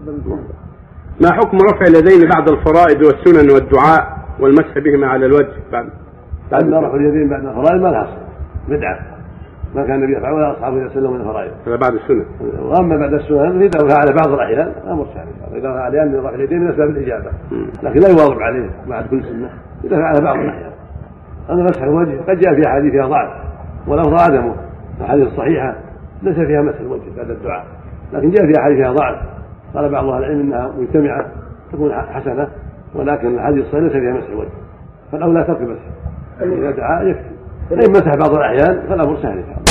ما حكم رفع اليدين بعد الفرائض والسنن والدعاء والمسح بهما على الوجه بعد ما رفع اليدين بعد الفرائض ما لها اصل، بدعه، ما كان النبي يفعل ولا اصحابه يسلموا من الفرائض. هذا بعد السنه. واما بعد السنن اذا فعل بعض الاحيان امر ثاني، اذا فعل لان رفع اليدين من اسباب الاجابه، لكن لا يواظب عليه بعد كل سنه اذا فعل بعض الاحيان. اما مسح الوجه قد جاء في احاديث فيها ضعف والامر عدمه، الاحاديث الصحيحه ليس فيها مسح الوجه بعد الدعاء، لكن جاء في احاديث فيها ضعف، قال بعض اهل العلم انها مجتمعه تكون حسنه، ولكن الاحاديث الصحيحه ليس فيها مسح الوجه، فالاولى ترك مسح، اذا دعا يكفي، فان مسح بعض الاحيان فالامر سهل.